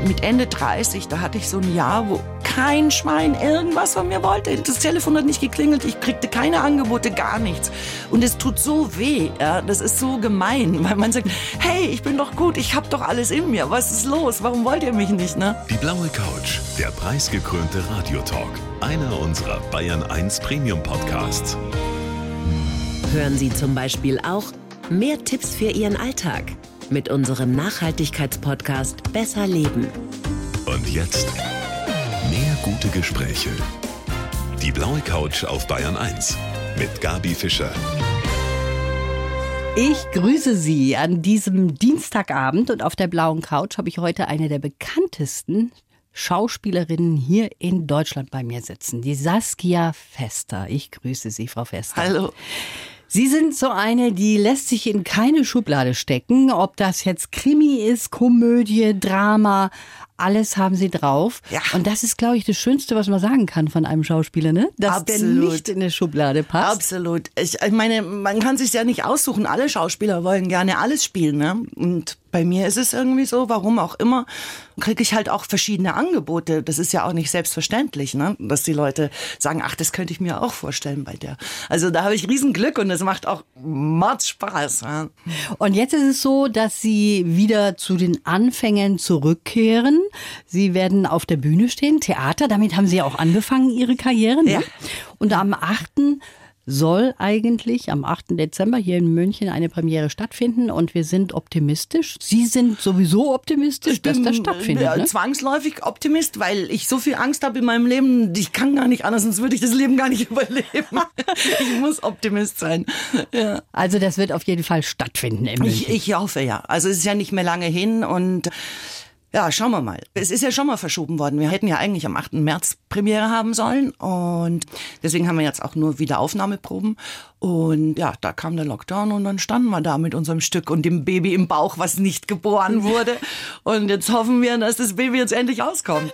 mit Ende 30, da hatte ich so ein Jahr, wo kein Schwein irgendwas von mir wollte. Das Telefon hat nicht geklingelt, ich kriegte keine Angebote, gar nichts. Und es tut so weh, ja? Das ist so gemein, weil man sagt, hey, ich bin doch gut, ich habe doch alles in mir, was ist los, warum wollt ihr mich nicht, ne? Die blaue Couch, der preisgekrönte Radiotalk, einer unserer Bayern 1 Premium Podcasts. Hören Sie zum Beispiel auch mehr Tipps für Ihren Alltag mit unserem Nachhaltigkeitspodcast Besser Leben. Und jetzt mehr gute Gespräche. Die blaue Couch auf Bayern 1 mit Gabi Fischer. Ich grüße Sie an diesem Dienstagabend und auf der blauen Couch habe ich heute eine der bekanntesten Schauspielerinnen hier in Deutschland bei mir sitzen, die Saskia Vester. Ich grüße Sie, Frau Vester. Hallo. Sie sind so eine, die lässt sich in keine Schublade stecken, ob das jetzt Krimi ist, Komödie, Drama, alles haben Sie drauf. Ja. Und das ist, glaube ich, das Schönste, was man sagen kann von einem Schauspieler, ne? Dass der nicht in eine Schublade passt. Absolut. Ich meine, man kann sich ja nicht aussuchen. Alle Schauspieler wollen gerne alles spielen, ne? Und bei mir ist es irgendwie so, warum auch immer, kriege ich halt auch verschiedene Angebote. Das ist ja auch nicht selbstverständlich, ne? Dass die Leute sagen, ach, das könnte ich mir auch vorstellen bei der. Also da habe ich Riesenglück und es macht auch Mordspaß. Ja. Und jetzt ist es so, dass Sie wieder zu den Anfängen zurückkehren. Sie werden auf der Bühne stehen, Theater, damit haben Sie ja auch angefangen, Ihre Karriere. Ne? Ja. Und am 8. soll eigentlich am 8. Dezember hier in München eine Premiere stattfinden und wir sind optimistisch. Sie sind sowieso optimistisch, dass das stattfindet. Ja, ne? Zwangsläufig Optimist, weil ich so viel Angst habe in meinem Leben, ich kann gar nicht anders, sonst würde ich das Leben gar nicht überleben. Ich muss Optimist sein. Ja. Also das wird auf jeden Fall stattfinden in München. Ich hoffe, ja. Also es ist ja nicht mehr lange hin und ja, schauen wir mal. Es ist ja schon mal verschoben worden. Wir hätten ja eigentlich am 8. März Premiere haben sollen und deswegen haben wir jetzt auch nur wieder Aufnahmeproben. Und ja, da kam der Lockdown und dann standen wir da mit unserem Stück und dem Baby im Bauch, was nicht geboren wurde. Und jetzt hoffen wir, dass das Baby jetzt endlich rauskommt.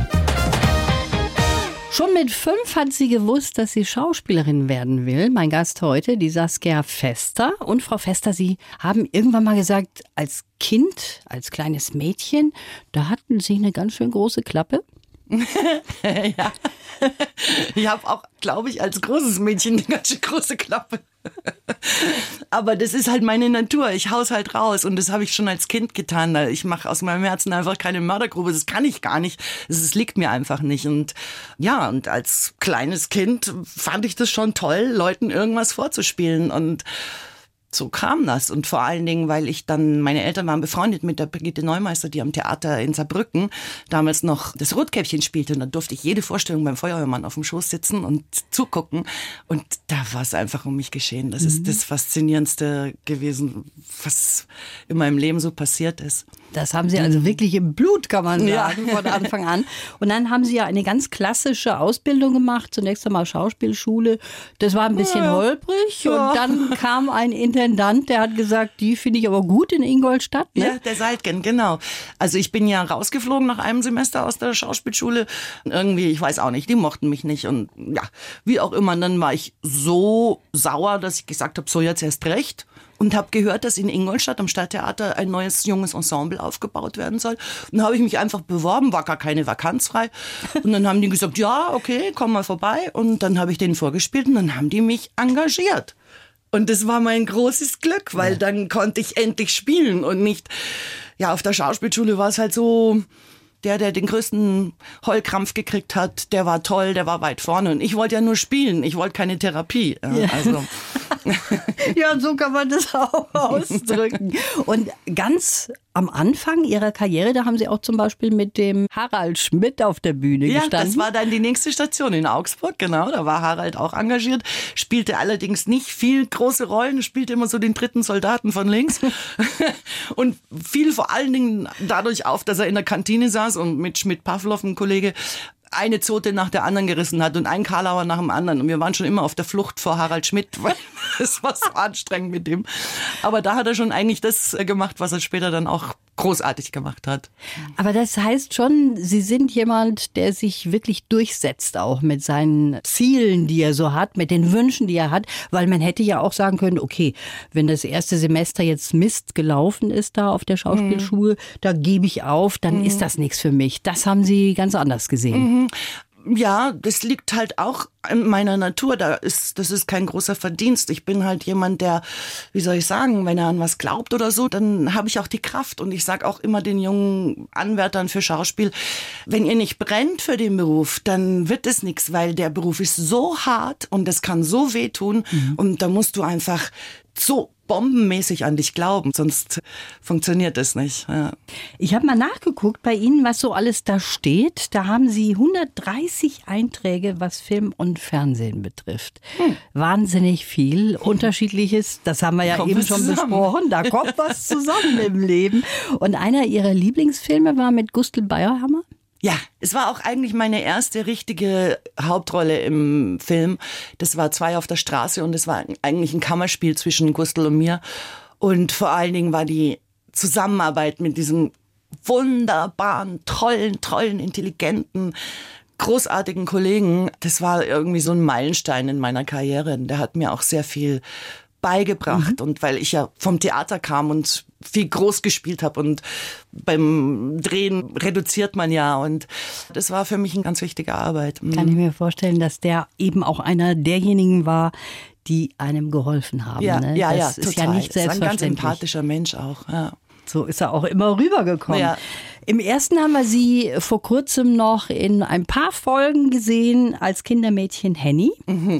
Schon mit 5 hat sie gewusst, dass sie Schauspielerin werden will. Mein Gast heute, die Saskia Vester. Und Frau Vester, Sie haben irgendwann mal gesagt, als Kind, als kleines Mädchen, da hatten Sie eine ganz schön große Klappe. Ja. Ich habe auch, glaube ich, als großes Mädchen eine ganz schön große Klappe. Aber das ist halt meine Natur. Ich hau's halt raus und das habe ich schon als Kind getan. Ich mache aus meinem Herzen einfach keine Mördergrube. Das kann ich gar nicht. Es liegt mir einfach nicht. Und ja, und als kleines Kind fand ich das schon toll, Leuten irgendwas vorzuspielen und so kam das. Und vor allen Dingen, weil meine Eltern waren befreundet mit der Brigitte Neumeister, die am Theater in Saarbrücken damals noch das Rotkäppchen spielte. Und da durfte ich jede Vorstellung beim Feuerwehrmann auf dem Schoß sitzen und zugucken. Und da war es einfach um mich geschehen. Das ist das Faszinierendste gewesen, was in meinem Leben so passiert ist. Das haben Sie also wirklich im Blut, kann man sagen, Ja. von Anfang an. Und dann haben Sie ja eine ganz klassische Ausbildung gemacht. Zunächst einmal Schauspielschule. Das war ein bisschen holprig. Ja. Und dann kam ein Intendant, der hat gesagt, die finde ich aber gut in Ingolstadt. Ne? Ja, der Seitgen, genau. Also ich bin ja rausgeflogen nach einem Semester aus der Schauspielschule. Irgendwie, ich weiß auch nicht, die mochten mich nicht. Und ja, wie auch immer, dann war ich so sauer, dass ich gesagt habe, so jetzt erst recht. Und habe gehört, dass in Ingolstadt am Stadttheater ein neues, junges Ensemble aufgebaut werden soll. Und dann habe ich mich einfach beworben, war gar keine Vakanz frei. Und dann haben die gesagt, ja, okay, komm mal vorbei. Und dann habe ich denen vorgespielt und dann haben die mich engagiert. Und das war mein großes Glück, weil dann konnte ich endlich spielen und nicht, ja, auf der Schauspielschule war es halt so, der den größten Heulkrampf gekriegt hat, der war toll, der war weit vorne. Und ich wollte ja nur spielen, ich wollte keine Therapie. Ja. Also. Ja, so kann man das auch ausdrücken. Und ganz am Anfang Ihrer Karriere, da haben Sie auch zum Beispiel mit dem Harald Schmidt auf der Bühne gestanden. Ja, das war dann die nächste Station in Augsburg, genau. Da war Harald auch engagiert, spielte allerdings nicht viel große Rollen, spielte immer so den dritten Soldaten von links. Und fiel vor allen Dingen dadurch auf, dass er in der Kantine saß und mit Schmidt-Pawlow, ein Kollege, eine Zote nach der anderen gerissen hat und ein Karlauer nach dem anderen. Und wir waren schon immer auf der Flucht vor Harald Schmidt, weil es war so anstrengend mit dem. Aber da hat er schon eigentlich das gemacht, was er später dann auch großartig gemacht hat. Aber das heißt schon, Sie sind jemand, der sich wirklich durchsetzt, auch mit seinen Zielen, die er so hat, mit den Wünschen, die er hat. Weil man hätte ja auch sagen können, okay, wenn das erste Semester jetzt Mist gelaufen ist da auf der Schauspielschule, da gebe ich auf, dann ist das nichts für mich. Das haben Sie ganz anders gesehen. Ja, das liegt halt auch in meiner Natur. Das ist kein großer Verdienst. Ich bin halt jemand, der, wie soll ich sagen, wenn er an was glaubt oder so, dann habe ich auch die Kraft. Und ich sage auch immer den jungen Anwärtern für Schauspiel, wenn ihr nicht brennt für den Beruf, dann wird es nichts, weil der Beruf ist so hart und das kann so wehtun. Und da musst du einfach so bombenmäßig an dich glauben, sonst funktioniert das nicht. Ja. Ich habe mal nachgeguckt bei Ihnen, was so alles da steht. Da haben Sie 130 Einträge, was Film und Fernsehen betrifft. Wahnsinnig viel, Unterschiedliches. Das haben wir ja Kommt eben was schon zusammen. besprochen. Da kommt was zusammen im Leben. Und einer Ihrer Lieblingsfilme war mit Gustl Bayerhammer? Ja, es war auch eigentlich meine erste richtige Hauptrolle im Film. Das war 2 auf der Straße und es war eigentlich ein Kammerspiel zwischen Gustl und mir. Und vor allen Dingen war die Zusammenarbeit mit diesem wunderbaren, tollen, intelligenten, großartigen Kollegen. Das war irgendwie so ein Meilenstein in meiner Karriere. Der hat mir auch sehr viel beigebracht und weil ich ja vom Theater kam und viel groß gespielt habe und beim Drehen reduziert man ja und das war für mich eine ganz wichtige Arbeit. Kann ich mir vorstellen, dass der eben auch einer derjenigen war, die einem geholfen haben. Ja, ne? ja, das ist total. ja nicht Das ist ein ganz selbstverständlich. empathischer Mensch auch. Ja. So ist er auch immer rübergekommen. Ja. Im ersten haben wir Sie vor kurzem noch in ein paar Folgen gesehen als Kindermädchen Henny.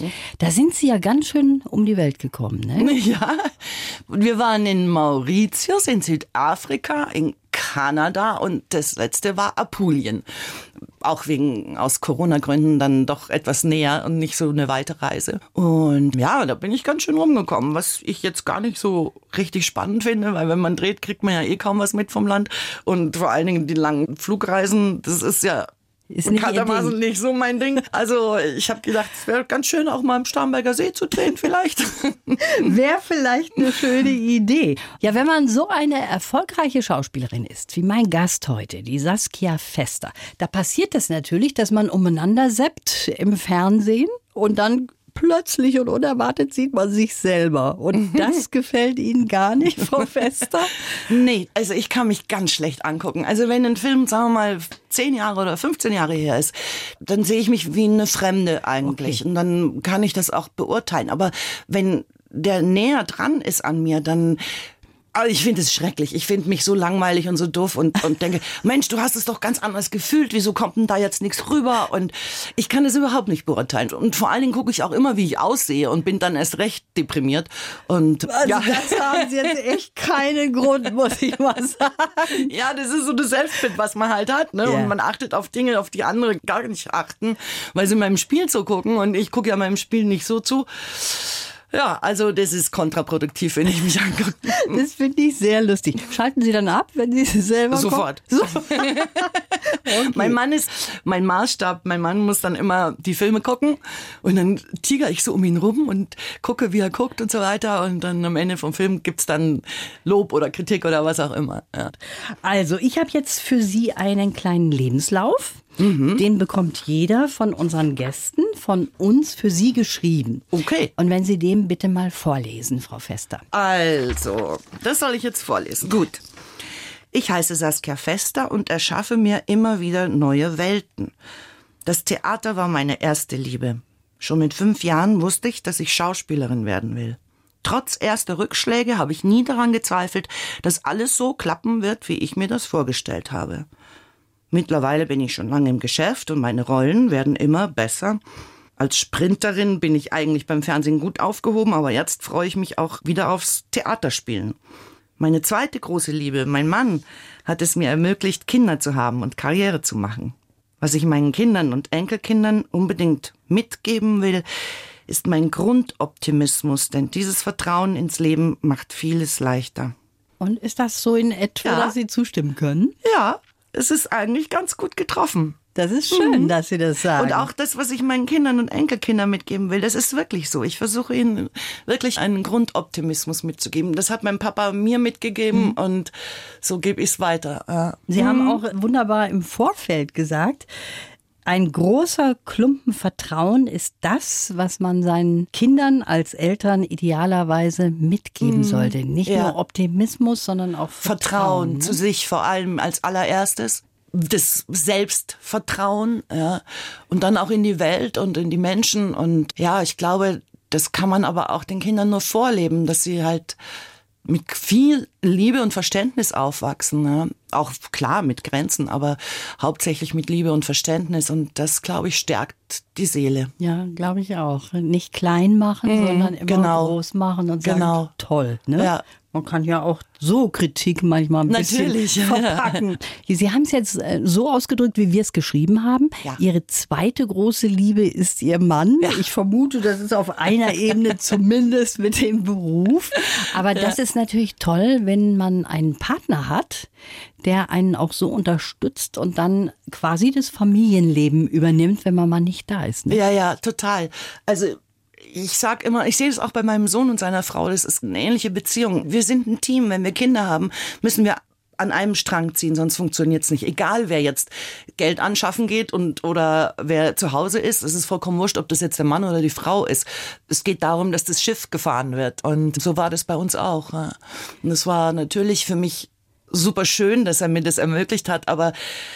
Da sind Sie ja ganz schön um die Welt gekommen. Ne? Ja, wir waren in Mauritius, in Südafrika, in Kanada und das letzte war Apulien. Auch aus Corona-Gründen dann doch etwas näher und nicht so eine weite Reise. Und ja, da bin ich ganz schön rumgekommen, was ich jetzt gar nicht so richtig spannend finde, weil wenn man dreht, kriegt man ja eh kaum was mit vom Land. Und vor allen Dingen die langen Flugreisen, das ist ja Ist nicht Ihr bekanntermaßen Ding. nicht so mein Ding. Also ich habe gedacht, es wäre ganz schön, auch mal am Starnberger See zu drehen vielleicht. Wäre vielleicht eine schöne Idee. Ja, wenn man so eine erfolgreiche Schauspielerin ist, wie mein Gast heute, die Saskia Fester, da passiert das natürlich, dass man umeinander seppt im Fernsehen und dann plötzlich und unerwartet sieht man sich selber. Und das gefällt Ihnen gar nicht, Frau Fester? Nee, also ich kann mich ganz schlecht angucken. Also wenn ein Film, sagen wir mal, 10 Jahre oder 15 Jahre her ist, dann sehe ich mich wie eine Fremde eigentlich. Und dann kann ich das auch beurteilen. Aber wenn der näher dran ist an mir, dann... Also ich finde es schrecklich. Ich finde mich so langweilig und so doof und denke, Mensch, du hast es doch ganz anders gefühlt. Wieso kommt denn da jetzt nichts rüber? Und ich kann das überhaupt nicht beurteilen. Und vor allen Dingen gucke ich auch immer, wie ich aussehe und bin dann erst recht deprimiert. Und Also ja. das haben Sie jetzt echt keinen Grund, muss ich mal sagen. Ja, das ist so das Selbstbild, was man halt hat, ne? Ja. Und man achtet auf Dinge, auf die andere gar nicht achten, weil sie meinem Spiel zugucken und ich gucke ja meinem Spiel nicht so zu. Ja, also das ist kontraproduktiv, wenn ich mich angucke. Das finde ich sehr lustig. Schalten Sie dann ab, wenn Sie selber Sofort. So. Mein Mann ist mein Maßstab. Mein Mann muss dann immer die Filme gucken und dann tiger ich so um ihn rum und gucke, wie er guckt und so weiter. Und dann am Ende vom Film gibt's dann Lob oder Kritik oder was auch immer. Ja. Also, ich habe jetzt für Sie einen kleinen Lebenslauf. Den bekommt jeder von unseren Gästen von uns für Sie geschrieben. Okay. Und wenn Sie den bitte mal vorlesen, Frau Fester. Also, das soll ich jetzt vorlesen. Gut. Ich heiße Saskia Fester und erschaffe mir immer wieder neue Welten. Das Theater war meine erste Liebe. Schon mit 5 Jahren wusste ich, dass ich Schauspielerin werden will. Trotz erster Rückschläge habe ich nie daran gezweifelt, dass alles so klappen wird, wie ich mir das vorgestellt habe. Mittlerweile bin ich schon lange im Geschäft und meine Rollen werden immer besser. Als Sprinterin bin ich eigentlich beim Fernsehen gut aufgehoben, aber jetzt freue ich mich auch wieder aufs Theaterspielen. Meine zweite große Liebe, mein Mann, hat es mir ermöglicht, Kinder zu haben und Karriere zu machen. Was ich meinen Kindern und Enkelkindern unbedingt mitgeben will, ist mein Grundoptimismus, denn dieses Vertrauen ins Leben macht vieles leichter. Und ist das so in etwa, Ja. dass Sie zustimmen können? Ja, es ist eigentlich ganz gut getroffen. Das ist schön, dass Sie das sagen. Und auch das, was ich meinen Kindern und Enkelkindern mitgeben will, das ist wirklich so. Ich versuche ihnen wirklich einen Grundoptimismus mitzugeben. Das hat mein Papa mir mitgegeben und so gebe ich es weiter. Sie haben auch wunderbar im Vorfeld gesagt, ein großer Klumpen Vertrauen ist das, was man seinen Kindern als Eltern idealerweise mitgeben sollte. Nicht nur Optimismus, sondern auch Vertrauen. Vertrauen zu sich vor allem als allererstes. Das Selbstvertrauen, ja. Und dann auch in die Welt und in die Menschen. Und ja, ich glaube, das kann man aber auch den Kindern nur vorleben, dass sie halt mit viel Liebe und Verständnis aufwachsen. Ne? Auch klar mit Grenzen, aber hauptsächlich mit Liebe und Verständnis. Und das, glaube ich, stärkt die Seele. Ja, glaube ich auch. Nicht klein machen, sondern immer groß machen und sagen, toll. Ne? Ja. Man kann ja auch so Kritik manchmal ein bisschen verpacken. Sie haben es jetzt so ausgedrückt, wie wir es geschrieben haben. Ja. Ihre zweite große Liebe ist Ihr Mann. Ja. Ich vermute, das ist auf einer Ebene zumindest mit dem Beruf. Aber das ist natürlich toll, wenn man einen Partner hat, der einen auch so unterstützt und dann quasi das Familienleben übernimmt, wenn man mal nicht da ist. Ne? Ja, total. Also ich sag immer, ich sehe das auch bei meinem Sohn und seiner Frau, das ist eine ähnliche Beziehung. Wir sind ein Team, wenn wir Kinder haben, müssen wir an einem Strang ziehen, sonst funktioniert es nicht. Egal, wer jetzt Geld anschaffen geht oder wer zu Hause ist, es ist vollkommen wurscht, ob das jetzt der Mann oder die Frau ist. Es geht darum, dass das Schiff gefahren wird und so war das bei uns auch. Ja. Und es war natürlich für mich super schön, dass er mir das ermöglicht hat, aber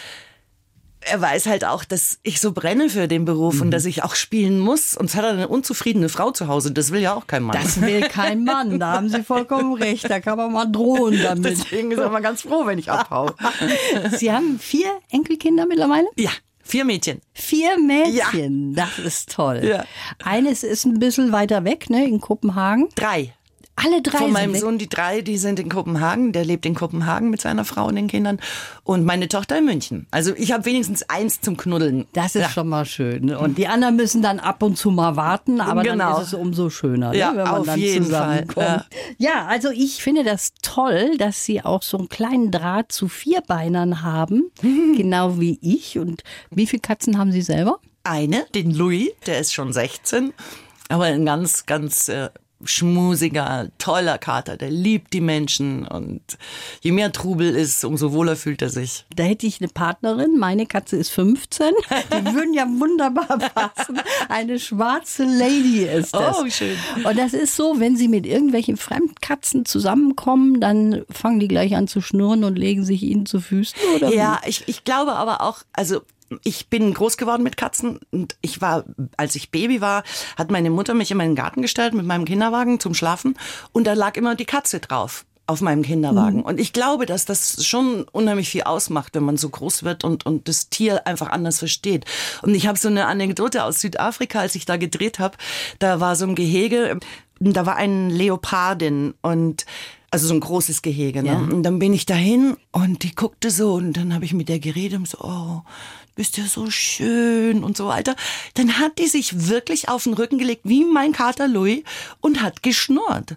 er weiß halt auch, dass ich so brenne für den Beruf und dass ich auch spielen muss. Und es hat eine unzufriedene Frau zu Hause. Das will ja auch kein Mann. Das will kein Mann. Da haben Sie vollkommen recht. Da kann man mal drohen damit. Deswegen ist er mal ganz froh, wenn ich abhaue. Sie haben 4 Enkelkinder mittlerweile? Ja. 4 Mädchen. 4 Mädchen? Ja. Das ist toll. Ja. Eines ist ein bisschen weiter weg, ne, in Kopenhagen. 3. Alle 3 Von meinem sind Sohn, die 3, die sind in Kopenhagen. Der lebt in Kopenhagen mit seiner Frau und den Kindern. Und meine Tochter in München. Also ich habe wenigstens 1 zum Knuddeln. Das ist schon mal schön. Und die anderen müssen dann ab und zu mal warten. Aber dann ist es umso schöner, ja, ne, wenn man auf dann jeden zusammenkommt. Fall. Ja, also ich finde das toll, dass Sie auch so einen kleinen Draht zu Vierbeinern haben. Genau wie ich. Und wie viele Katzen haben Sie selber? Eine, den Louis, der ist schon 16. Aber ein ganz, ganz schmusiger, toller Kater, der liebt die Menschen und je mehr Trubel ist, umso wohler fühlt er sich. Da hätte ich eine Partnerin, meine Katze ist 15, die würden ja wunderbar passen. Eine schwarze Lady ist das. Oh, schön. Und das ist so, wenn sie mit irgendwelchen Fremdkatzen zusammenkommen, dann fangen die gleich an zu schnurren und legen sich ihnen zu Füßen, oder? Ja, ich glaube aber auch, also ich bin groß geworden mit Katzen und als ich Baby war, hat meine Mutter mich in meinen Garten gestellt mit meinem Kinderwagen zum Schlafen und da lag immer die Katze drauf auf meinem Kinderwagen. Und ich glaube, dass das schon unheimlich viel ausmacht, wenn man so groß wird und das Tier einfach anders versteht. Und ich habe so eine Anekdote aus Südafrika, als ich da gedreht habe, da war so ein Gehege, da war ein Leopardin und also so ein großes Gehege. Ne? Ja. Und dann bin ich dahin und die guckte so und dann habe ich mit der geredet und so, oh, bist ja so schön und so weiter. Dann hat die sich wirklich auf den Rücken gelegt, wie mein Kater Louis, und hat geschnurrt.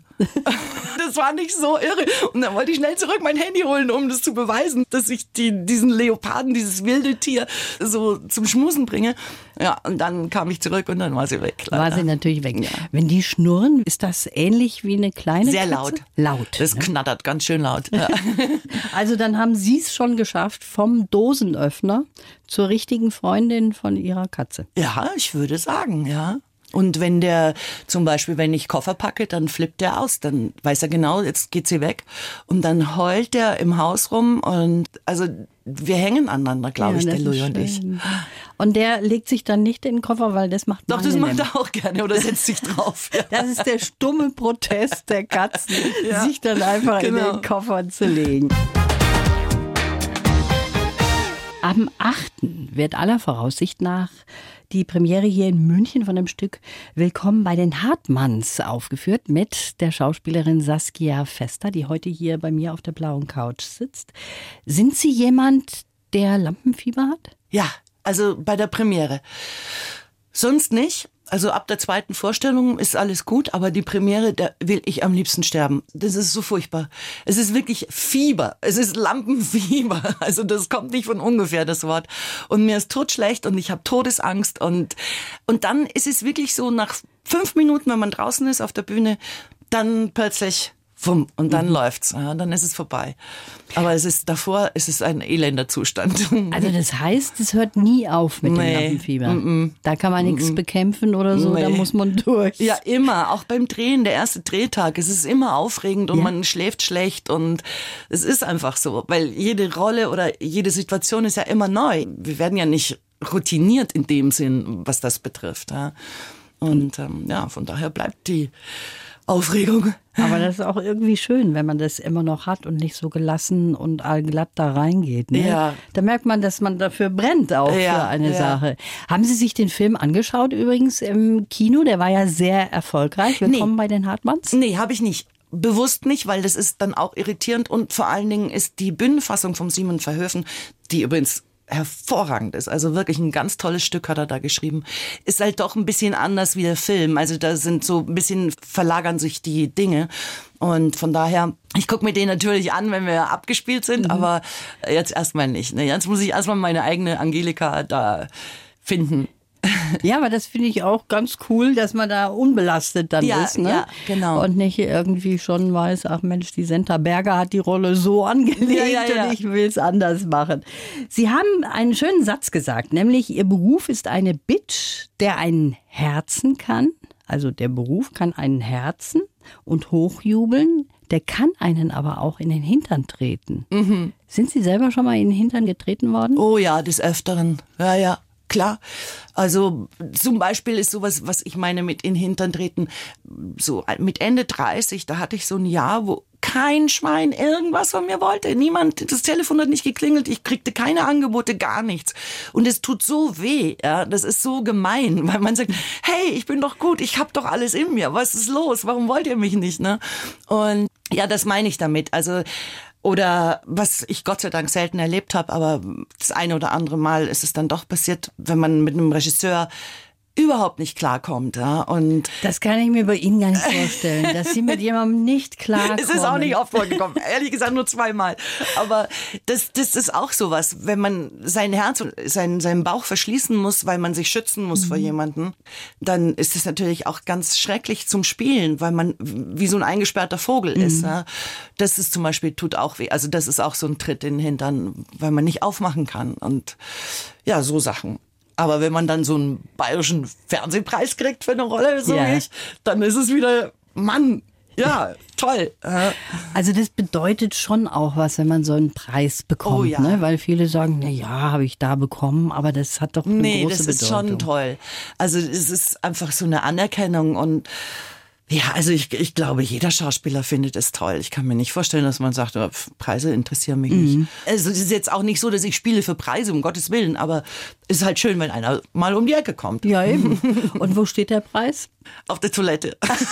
Das war nicht so irre. Und dann wollte ich schnell zurück mein Handy holen, um das zu beweisen, dass ich diesen Leoparden, dieses wilde Tier, so zum Schmusen bringe. Ja, und dann kam ich zurück und dann war sie weg. Leider. War sie natürlich weg. Ja. Wenn die schnurren, ist das ähnlich wie eine kleine Sehr Katze? laut. Laut. Das knattert ganz schön laut. Ja. Also dann haben Sie es schon geschafft, vom Dosenöffner zur richtigen Freundin von Ihrer Katze. Ja, ich würde sagen, ja. Und wenn der zum Beispiel, wenn ich Koffer packe, dann flippt der aus. Dann weiß er genau, jetzt geht sie weg. Und dann heult der im Haus rum. Und also wir hängen aneinander, glaube ich, der Louis und ich. Und der legt sich dann nicht in den Koffer, weil das macht Doch, das macht er auch gerne oder setzt sich drauf. Ja. Das ist der stumme Protest der Katzen, sich dann einfach in den Koffer zu legen. Am 8. wird aller Voraussicht nach die Premiere hier in München von dem Stück Willkommen bei den Hartmanns aufgeführt mit der Schauspielerin Saskia Fester, die heute hier bei mir auf der blauen Couch sitzt. Sind Sie jemand, der Lampenfieber hat? Ja, also bei der Premiere. Sonst nicht. Also ab der zweiten Vorstellung ist alles gut, aber die Premiere, da will ich am liebsten sterben. Das ist so furchtbar. Es ist wirklich Fieber. Es ist Lampenfieber. Also das kommt nicht von ungefähr, das Wort. Und mir ist todschlecht und ich habe Todesangst. Und dann ist es wirklich so, nach 5 Minuten, wenn man draußen ist auf der Bühne, dann plötzlich... Wumm, und dann läuft's, ja, dann ist es vorbei. Aber davor ist es ein elender Zustand. Also das heißt, es hört nie auf mit dem Lampenfieber. Da kann man nichts bekämpfen oder so, da muss man durch. Ja, immer, auch beim Drehen, der erste Drehtag, es ist immer aufregend und man schläft schlecht und es ist einfach so, weil jede Rolle oder jede Situation ist ja immer neu. Wir werden ja nicht routiniert in dem Sinn, was das betrifft. Ja. Und von daher bleibt die Aufregung. Aber das ist auch irgendwie schön, wenn man das immer noch hat und nicht so gelassen und allglatt da reingeht. Ne? Ja. Da merkt man, dass man dafür brennt auch für eine Sache. Haben Sie sich den Film angeschaut übrigens im Kino? Der war ja sehr erfolgreich. Willkommen bei den Hartmanns. Nee, habe ich nicht. Bewusst nicht, weil das ist dann auch irritierend und vor allen Dingen ist die Bühnenfassung vom Simon Verhoeven, die übrigens hervorragend ist. Also wirklich ein ganz tolles Stück hat er da geschrieben. Ist halt doch ein bisschen anders wie der Film. Also da sind so ein bisschen, verlagern sich die Dinge. Und von daher, ich gucke mir den natürlich an, wenn wir abgespielt sind, aber jetzt erstmal nicht. Ne? Jetzt muss ich erstmal meine eigene Angelika da finden. Ja, aber das finde ich auch ganz cool, dass man da unbelastet dann ist. Ne? Ja, genau. Und nicht irgendwie schon weiß, ach Mensch, die Senta Berger hat die Rolle so angelegt und ich will es anders machen. Sie haben einen schönen Satz gesagt, nämlich Ihr Beruf ist eine Bitch, der einen Herzen kann. Also der Beruf kann einen Herzen und hochjubeln. Der kann einen aber auch in den Hintern treten. Mhm. Sind Sie selber schon mal in den Hintern getreten worden? Oh ja, des Öfteren. Ja. Klar, also zum Beispiel ist sowas, was ich meine mit in den Hintern treten, so mit Ende 30, da hatte ich so ein Jahr, wo kein Schwein irgendwas von mir wollte. Niemand, das Telefon hat nicht geklingelt, ich kriegte keine Angebote, gar nichts. Und es tut so weh, ja, das ist so gemein, weil man sagt, hey, ich bin doch gut, ich hab doch alles in mir, was ist los, warum wollt ihr mich nicht, ne? Und ja, das meine ich damit, also oder was ich Gott sei Dank selten erlebt habe, aber das eine oder andere Mal ist es dann doch passiert, wenn man mit einem Regisseur überhaupt nicht klarkommt. Ja? Und das kann ich mir bei Ihnen gar nicht vorstellen, dass Sie mit jemandem nicht klarkommen. Es ist auch nicht oft vorgekommen, ehrlich gesagt nur 2-mal. Aber das ist auch sowas, wenn man sein Herz und seinen Bauch verschließen muss, weil man sich schützen muss vor jemandem, dann ist es natürlich auch ganz schrecklich zum Spielen, weil man wie so ein eingesperrter Vogel ist. Ja? Das ist zum Beispiel, tut auch weh. Also das ist auch so ein Tritt in den Hintern, weil man nicht aufmachen kann. Und ja, so Sachen. Aber wenn man dann so einen bayerischen Fernsehpreis kriegt für eine Rolle, so wie ich, dann ist es wieder, Mann, ja, toll. Also das bedeutet schon auch was, wenn man so einen Preis bekommt, ne? Weil viele sagen, na ja, habe ich da bekommen, aber das hat doch eine große Bedeutung. Nee, das ist schon toll. Also es ist einfach so eine Anerkennung und ja, also ich glaube, jeder Schauspieler findet es toll. Ich kann mir nicht vorstellen, dass man sagt, oh, Preise interessieren mich nicht. Also es ist jetzt auch nicht so, dass ich spiele für Preise, um Gottes Willen, aber es ist halt schön, wenn einer mal um die Ecke kommt. Ja, eben. Und wo steht der Preis? Auf der Toilette.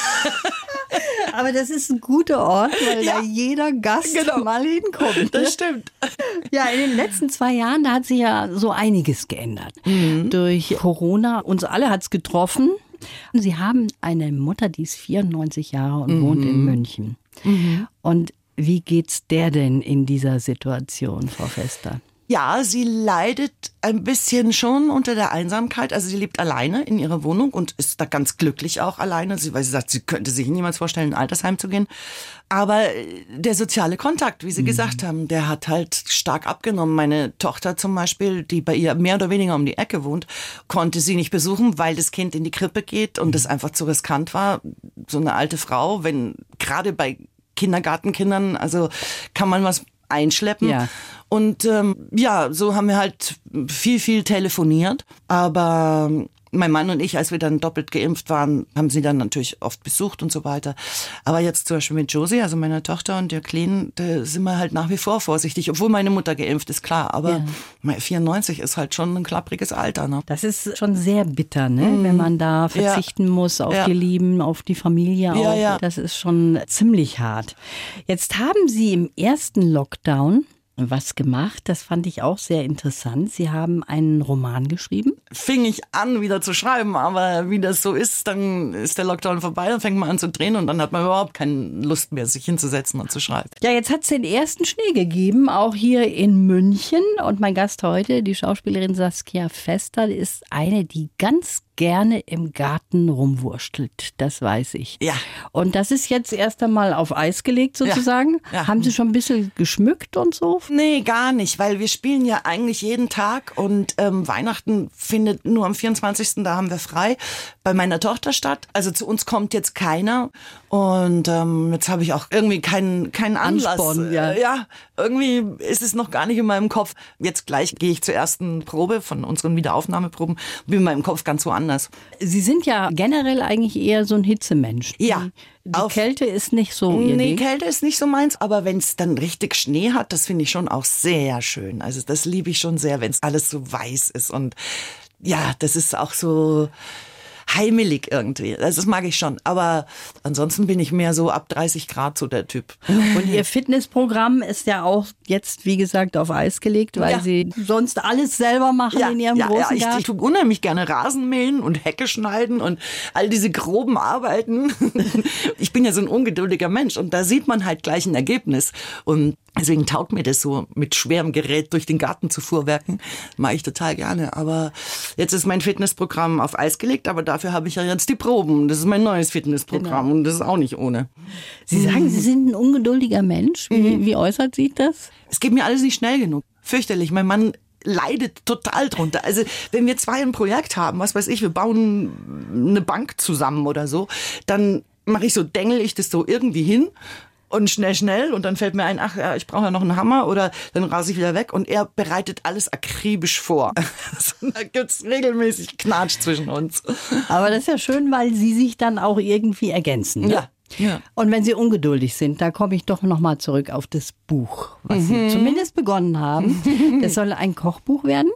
Aber das ist ein guter Ort, weil da jeder Gast mal hinkommt. Das stimmt. Ja, in den letzten 2 Jahren, da hat sich ja so einiges geändert. Durch Corona, uns alle hat's getroffen. Sie haben eine Mutter, die ist 94 Jahre und wohnt in München. Und wie geht's der denn in dieser Situation, Frau Fester? Ja, sie leidet ein bisschen schon unter der Einsamkeit. Also sie lebt alleine in ihrer Wohnung und ist da ganz glücklich auch alleine, weil sie sagt, sie könnte sich niemals vorstellen, in ein Altersheim zu gehen. Aber der soziale Kontakt, wie Sie gesagt haben, der hat halt stark abgenommen. Meine Tochter zum Beispiel, die bei ihr mehr oder weniger um die Ecke wohnt, konnte sie nicht besuchen, weil das Kind in die Krippe geht und das einfach zu riskant war. So eine alte Frau, wenn gerade bei Kindergartenkindern, also kann man was einschleppen. Ja. Und so haben wir halt viel telefoniert. Aber mein Mann und ich, als wir dann doppelt geimpft waren, haben sie dann natürlich oft besucht und so weiter. Aber jetzt zum Beispiel mit Josie, also meiner Tochter und der Kleinen, da sind wir halt nach wie vor vorsichtig. Obwohl meine Mutter geimpft ist, klar. Aber 94 ist halt schon ein klappriges Alter. Ne? Das ist schon sehr bitter, ne? Wenn man da verzichten muss auf die Lieben, auf die Familie auch. Ja. Das ist schon ziemlich hart. Jetzt haben Sie im ersten Lockdown was gemacht, das fand ich auch sehr interessant. Sie haben einen Roman geschrieben. fing ich an, wieder zu schreiben. Aber wie das so ist, dann ist der Lockdown vorbei, dann fängt man an zu drehen und dann hat man überhaupt keine Lust mehr, sich hinzusetzen und zu schreiben. Ja, jetzt hat es den ersten Schnee gegeben, auch hier in München. Und mein Gast heute, die Schauspielerin Saskia Fester, ist eine, die ganz gerne im Garten rumwurschtelt. Das weiß ich. Ja. Und das ist jetzt erst einmal auf Eis gelegt sozusagen. Ja. Haben Sie schon ein bisschen geschmückt und so? Nee, gar nicht, weil wir spielen ja eigentlich jeden Tag und Weihnachten findet nur am 24. Da haben wir frei bei meiner Tochter statt. Also zu uns kommt jetzt keiner und jetzt habe ich auch irgendwie keinen Anlass. Ansporn, ja. Ja, irgendwie ist es noch gar nicht in meinem Kopf. Jetzt gleich gehe ich zur ersten Probe von unseren Wiederaufnahmeproben, bin in meinem Kopf ganz woanders. Sie sind ja generell eigentlich eher so ein Hitzemensch. Ja. Die Kälte ist nicht so ihr Nee, Ding. Kälte ist nicht so meins, aber wenn es dann richtig Schnee hat, das finde ich schon auch sehr schön. Also das liebe ich schon sehr, wenn es alles so weiß ist und ja, das ist auch so heimelig irgendwie. Also das mag ich schon. Aber ansonsten bin ich mehr so ab 30 Grad so der Typ. Und Ihr Fitnessprogramm ist ja auch jetzt, wie gesagt, auf Eis gelegt, weil Ja. Sie sonst alles selber machen in Ihrem großen Garten. Ich tue unheimlich gerne Rasen mähen und Hecke schneiden und all diese groben Arbeiten. Ich bin ja so ein ungeduldiger Mensch und da sieht man halt gleich ein Ergebnis. Und deswegen taugt mir das so, mit schwerem Gerät durch den Garten zu fuhrwerken. Mag ich total gerne. Aber jetzt ist mein Fitnessprogramm auf Eis gelegt, aber dafür habe ich ja jetzt die Proben. Das ist mein neues Fitnessprogramm und das ist auch nicht ohne. Sie sagen, Sie sind ein ungeduldiger Mensch. Wie äußert sich das? Es geht mir alles nicht schnell genug. Fürchterlich. Mein Mann leidet total drunter. Also wenn wir zwei ein Projekt haben, was weiß ich, wir bauen eine Bank zusammen oder so, dann mache ich so, dengel ich das so irgendwie hin. Und schnell und dann fällt mir ein, ach ja, ich brauche ja noch einen Hammer oder dann rase ich wieder weg und er bereitet alles akribisch vor. Also, da gibt's regelmäßig Knatsch zwischen uns. Aber das ist ja schön, weil Sie sich dann auch irgendwie ergänzen. Ne? Ja. Und wenn Sie ungeduldig sind, da komme ich doch nochmal zurück auf das Buch, was Sie zumindest begonnen haben. Das soll ein Kochbuch werden?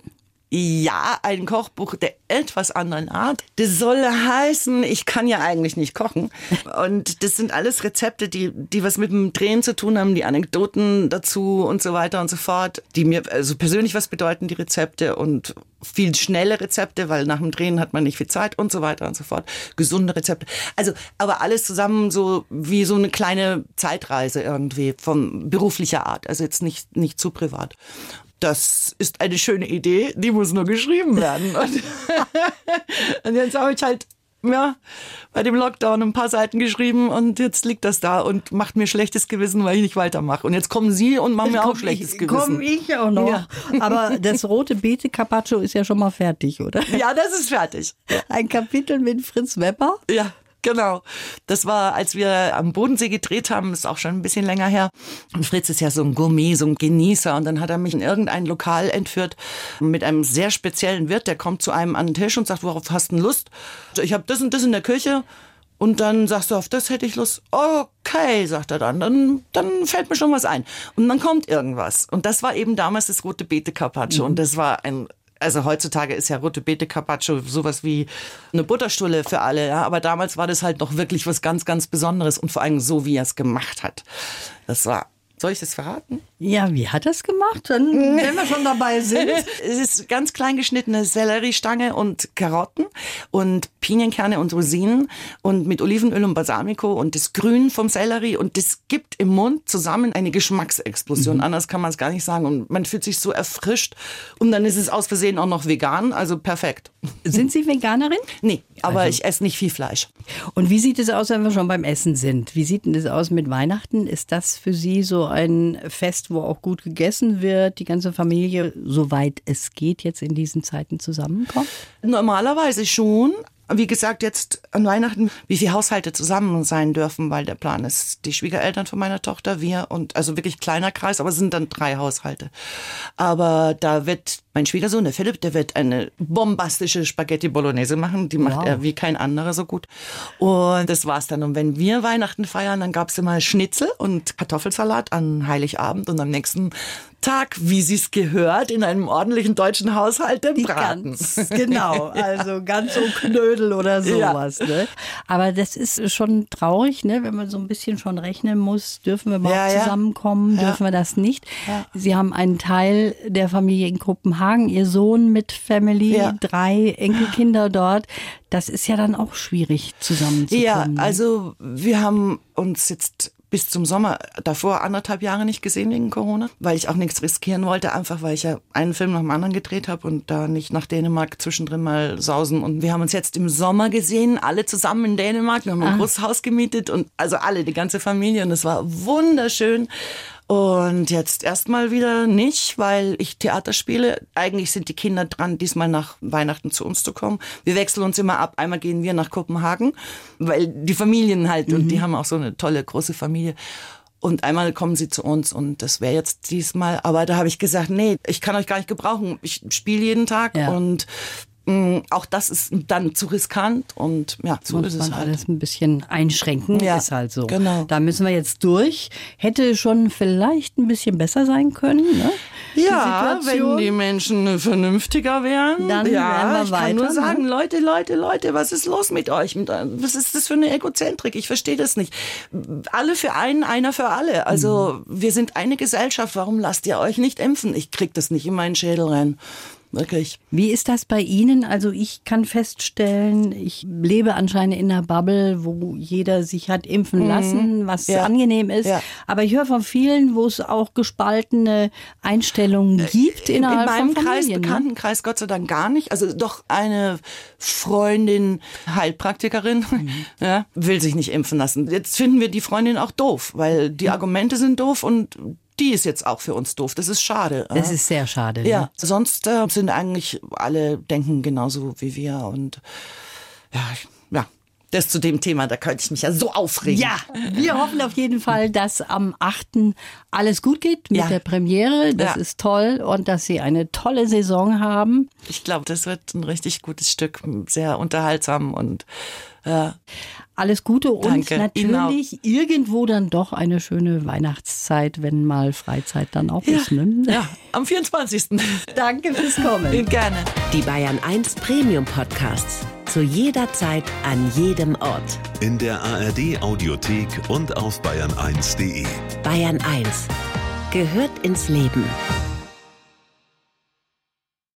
Ja, ein Kochbuch der etwas anderen Art. Das soll heißen, ich kann ja eigentlich nicht kochen. Und das sind alles Rezepte, die was mit dem Drehen zu tun haben, die Anekdoten dazu und so weiter und so fort, die mir also persönlich was bedeuten, die Rezepte und viel schnelle Rezepte, weil nach dem Drehen hat man nicht viel Zeit und so weiter und so fort. Gesunde Rezepte. Also, aber alles zusammen so wie so eine kleine Zeitreise irgendwie von beruflicher Art. Also jetzt nicht zu privat. Das ist eine schöne Idee, die muss nur geschrieben werden. Und jetzt habe ich halt bei dem Lockdown ein paar Seiten geschrieben und jetzt liegt das da und macht mir schlechtes Gewissen, weil ich nicht weitermache. Und jetzt kommen Sie und machen mir auch schlechtes Gewissen. Komme ich auch noch. Ja. Aber das rote Beete Carpaccio ist ja schon mal fertig, oder? Ja, das ist fertig. Ein Kapitel mit Fritz Wepper. Ja. Genau. Das war, als wir am Bodensee gedreht haben, ist auch schon ein bisschen länger her. Und Fritz ist ja so ein Gourmet, so ein Genießer. Und dann hat er mich in irgendein Lokal entführt mit einem sehr speziellen Wirt. Der kommt zu einem an den Tisch und sagt, worauf hast du denn Lust? Ich habe das und das in der Küche. Und dann sagst du, auf das hätte ich Lust. Okay, sagt er dann. Dann fällt mir schon was ein. Und dann kommt irgendwas. Und das war eben damals das rote Beete Carpaccio. Und das war also heutzutage ist ja rote Beete Carpaccio sowas wie eine Butterstulle für alle, ja. Aber damals war das halt noch wirklich was ganz, ganz Besonderes und vor allem so, wie er es gemacht hat. Soll ich das verraten? Ja, wie hat er es gemacht? Dann, wenn wir schon dabei sind. Es ist ganz klein geschnittene Selleriestange und Karotten und Pinienkerne und Rosinen und mit Olivenöl und Balsamico und das Grün vom Sellerie und das gibt im Mund zusammen eine Geschmacksexplosion. Anders kann man es gar nicht sagen und man fühlt sich so erfrischt und dann ist es aus Versehen auch noch vegan, also perfekt. Sind Sie Veganerin? Nee, aber ich esse nicht viel Fleisch. Und wie sieht es aus, wenn wir schon beim Essen sind? Wie sieht denn das aus mit Weihnachten? Ist das für Sie so ein Fest, wo auch gut gegessen wird, die ganze Familie, soweit es geht, jetzt in diesen Zeiten zusammenkommt? Normalerweise schon. Wie gesagt, jetzt an Weihnachten, wie viele Haushalte zusammen sein dürfen, weil der Plan ist, die Schwiegereltern von meiner Tochter, wir und also wirklich kleiner Kreis, aber es sind dann 3 Haushalte. Aber da wird mein Schwiegersohn, der Philipp, der wird eine bombastische Spaghetti Bolognese machen. Die macht er wie kein anderer so gut. Und das war's dann. Und wenn wir Weihnachten feiern, dann gab's immer Schnitzel und Kartoffelsalat an Heiligabend und am nächsten Tag, wie sich's gehört, in einem ordentlichen deutschen Haushalt, den Braten. Genau, also ganz so Knödel oder sowas. Ja. Ne? Aber das ist schon traurig, ne? Wenn man so ein bisschen schon rechnen muss, dürfen wir überhaupt zusammenkommen, dürfen wir das nicht. Ja. Sie haben einen Teil der Familie in Kopenhagen Kopenhagen, Ihr Sohn mit Family, Ja. 3 Enkelkinder dort. Das ist ja dann auch schwierig zusammenzukommen. Ja, ne? also wir haben uns jetzt bis zum Sommer davor 1,5 Jahre nicht gesehen wegen Corona, weil ich auch nichts riskieren wollte, einfach weil ich ja einen Film nach dem anderen gedreht habe und da nicht nach Dänemark zwischendrin mal sausen. Und wir haben uns jetzt im Sommer gesehen, alle zusammen in Dänemark. Wir haben ein großes Haus gemietet und also alle, die ganze Familie, und es war wunderschön. Und jetzt erstmal wieder nicht, weil ich Theater spiele. Eigentlich sind die Kinder dran, diesmal nach Weihnachten zu uns zu kommen. Wir wechseln uns immer ab. Einmal gehen wir nach Kopenhagen, weil die Familien halt, und die haben auch so eine tolle, große Familie. Und einmal kommen sie zu uns und das wäre jetzt diesmal. Aber da habe ich gesagt, nee, ich kann euch gar nicht gebrauchen. Ich spiele jeden Tag und auch das ist dann zu riskant und ja, so ist es Muss man halt. alles ein bisschen einschränken, Ja, ist halt so. genau. Da müssen wir jetzt durch. Hätte schon vielleicht ein bisschen besser sein können, ne? Ja, Die Situation. wenn die Menschen vernünftiger wären. Dann wären wir ich weiter, kann nur ne? sagen, Leute, was ist los mit euch? Was ist das für eine Egozentrik? Ich verstehe das nicht. Alle für einen, einer für alle. Also wir sind eine Gesellschaft. Warum lasst ihr euch nicht impfen? Ich krieg das nicht in meinen Schädel rein. Wirklich. Wie ist das bei Ihnen? Also ich kann feststellen, ich lebe anscheinend in einer Bubble, wo jeder sich hat impfen lassen, was Ja. angenehm ist. Ja. Aber ich höre von vielen, wo es auch gespaltene Einstellungen gibt innerhalb In meinem von Kreis, Familien. Bekanntenkreis, Gott sei Dank gar nicht. Also doch eine Freundin, Heilpraktikerin, ja, will sich nicht impfen lassen. Jetzt finden wir die Freundin auch doof, weil die Argumente sind doof und die ist jetzt auch für uns doof. Das ist schade. Das ist sehr schade. Ja, Ne? sonst sind eigentlich alle denken genauso wie wir und ja, das zu dem Thema, da könnte ich mich ja so aufregen. Ja, wir hoffen auf jeden Fall, dass am 8. alles gut geht mit Ja. der Premiere. Das Ja. ist toll und dass Sie eine tolle Saison haben. Ich glaube, das wird ein richtig gutes Stück, sehr unterhaltsam und Alles Gute und Danke, Ihnen auch. natürlich irgendwo dann doch eine schöne Weihnachtszeit, wenn mal Freizeit dann auch ist. Ne? ja, am 24. Danke fürs Kommen. Gerne. Die Bayern 1 Premium Podcasts. Zu jeder Zeit, an jedem Ort. In der ARD Audiothek und auf bayern1.de. Bayern 1 gehört ins Leben.